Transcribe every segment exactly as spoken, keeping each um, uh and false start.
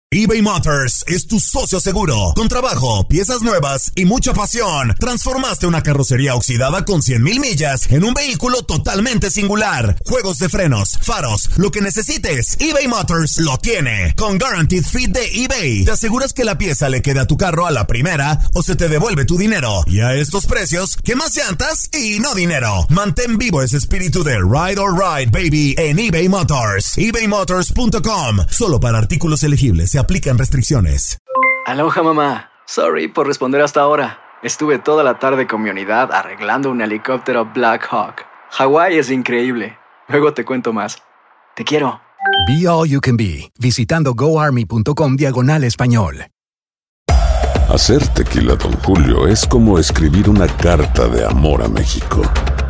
eBay Motors es tu socio seguro. Con trabajo, piezas nuevas y mucha pasión, transformaste una carrocería oxidada con cien mil millas en un vehículo totalmente singular. Juegos de frenos, faros, lo que necesites, eBay Motors lo tiene. Con Guaranteed Fit de eBay, te aseguras que la pieza le quede a tu carro a la primera o se te devuelve tu dinero. Y a estos precios, ¿qué más llantas y no dinero? Mantén vivo ese espíritu de Ride or Ride, baby, en eBay Motors. ebay motors punto com. Solo para artículos elegibles se aplican restricciones. Aloha, mamá. Sorry por responder hasta ahora. Estuve toda la tarde con mi unidad arreglando un helicóptero Black Hawk. Hawái es increíble. Luego te cuento más. Te quiero. Be All You Can Be, visitando goarmy.com diagonal español. Hacer tequila Don Julio es como escribir una carta de amor a México.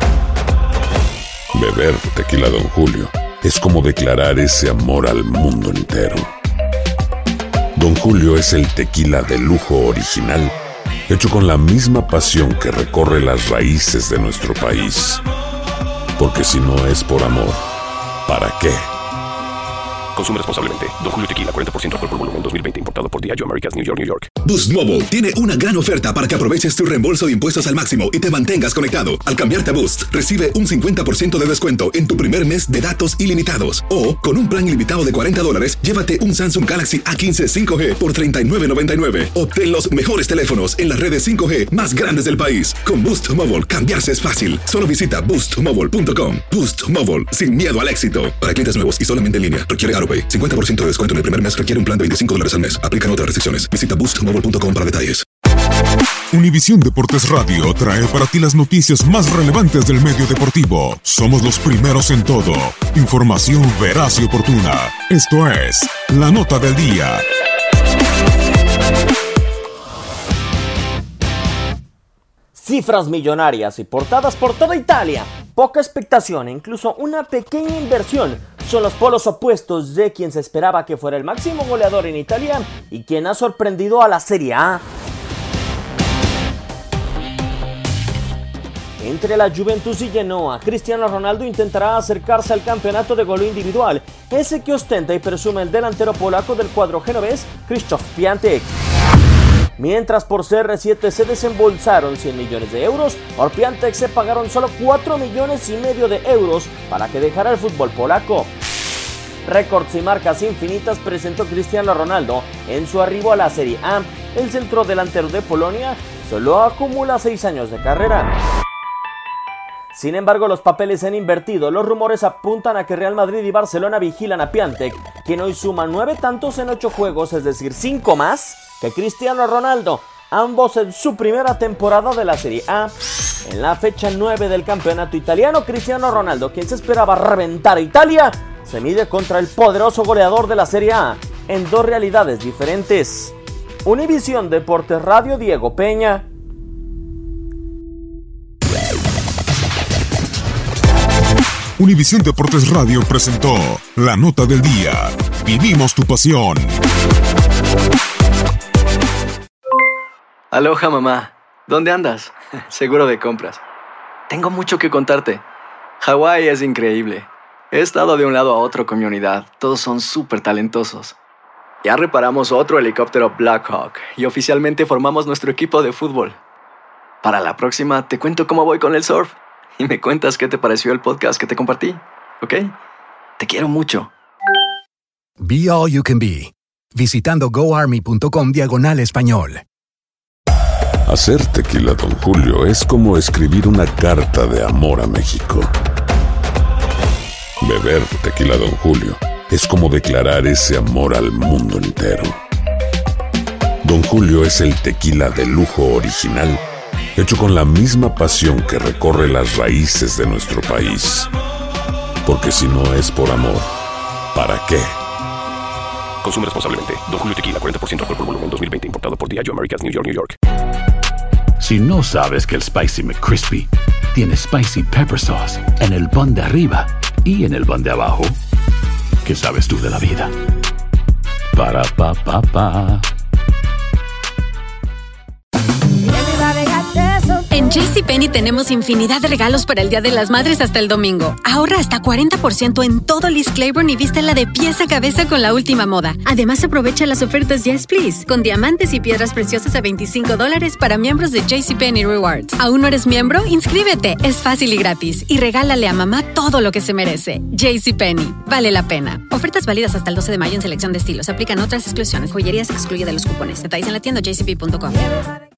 Beber tequila Don Julio es como declarar ese amor al mundo entero. Don Julio es el tequila de lujo original, hecho con la misma pasión que recorre las raíces de nuestro país. Porque si no es por amor, ¿para qué? Consume responsablemente. Don Julio Tequila, cuarenta por ciento alcohol por volumen, dos mil veinte, importado por Diageo Americas, New York, New York. Boost Mobile tiene una gran oferta para que aproveches tu reembolso de impuestos al máximo y te mantengas conectado. Al cambiarte a Boost, recibe un cincuenta por ciento de descuento en tu primer mes de datos ilimitados. O, con un plan ilimitado de cuarenta dólares, llévate un Samsung Galaxy A quince cinco G por treinta y nueve noventa y nueve. Obtén los mejores teléfonos en las redes cinco G más grandes del país. Con Boost Mobile, cambiarse es fácil. Solo visita boost mobile punto com. Boost Mobile, sin miedo al éxito. Para clientes nuevos y solamente en línea, requiere AutoPay. cincuenta por ciento de descuento en el primer mes requiere un plan de veinticinco dólares al mes. Aplican otras restricciones. Visita boost mobile punto com para detalles. Univisión Deportes Radio trae para ti las noticias más relevantes del medio deportivo. Somos los primeros en todo. Información veraz y oportuna. Esto es La Nota del Día. Cifras millonarias y portadas por toda Italia. Poca expectación e incluso una pequeña inversión son los polos opuestos de quien se esperaba que fuera el máximo goleador en Italia y quien ha sorprendido a la Serie A. Entre la Juventus y Genoa, Cristiano Ronaldo intentará acercarse al campeonato de goleo individual, ese que ostenta y presume el delantero polaco del cuadro genovés, Krzysztof Piątek. Mientras por C R siete se desembolsaron cien millones de euros, por Piątek se pagaron solo cuatro millones y medio de euros para que dejara el fútbol polaco. Récords y marcas infinitas presentó Cristiano Ronaldo en su arribo a la Serie A. El centrodelantero de Polonia solo acumula seis años de carrera. Sin embargo, los papeles se han invertido. Los rumores apuntan a que Real Madrid y Barcelona vigilan a Piątek, quien hoy suma nueve tantos en ocho juegos, es decir, cinco más que Cristiano Ronaldo, ambos en su primera temporada de la Serie A. En la fecha nueve del campeonato italiano, Cristiano Ronaldo, quien se esperaba reventar a Italia, se mide contra el poderoso goleador de la Serie A en dos realidades diferentes. Univisión Deportes Radio, Diego Peña. Univisión Deportes Radio presentó La Nota del Día. Vivimos tu pasión. Aloha, mamá. ¿Dónde andas? Seguro de compras. Tengo mucho que contarte. Hawái es increíble. He estado de un lado a otro con mi unidad. Todos son súper talentosos. Ya reparamos otro helicóptero Black Hawk y oficialmente formamos nuestro equipo de fútbol. Para la próxima te cuento cómo voy con el surf y me cuentas qué te pareció el podcast que te compartí, ¿ok? Te quiero mucho. Be All You Can Be, visitando goarmy.com diagonal español. Hacer tequila Don Julio es como escribir una carta de amor a México. Beber tequila Don Julio es como declarar ese amor al mundo entero. Don Julio es el tequila de lujo original, hecho con la misma pasión que recorre las raíces de nuestro país. Porque si no es por amor, ¿para qué? Consume responsablemente. Don Julio Tequila, cuarenta por ciento alcohol por volumen, dos mil veinte, importado por Diageo Americas, New York, New York. Si no sabes que el Spicy McCrispy tiene Spicy Pepper Sauce en el pan de arriba y en el pan de abajo, ¿qué sabes tú de la vida? Para, pa, pa, pa. En En JCPenney tenemos infinidad de regalos para el Día de las Madres hasta el domingo. Ahorra hasta cuarenta por ciento en todo Liz Claiborne y vístela de pies a cabeza con la última moda. Además, aprovecha las ofertas Yes Please, con diamantes y piedras preciosas a veinticinco dólares para miembros de JCPenney Rewards. ¿Aún no eres miembro? Inscríbete. Es fácil y gratis. Y regálale a mamá todo lo que se merece. JCPenney. Vale la pena. Ofertas válidas hasta el doce de mayo en selección de estilos. Aplican otras exclusiones. Joyerías excluye de los cupones. Detalles en la tienda j c p punto com.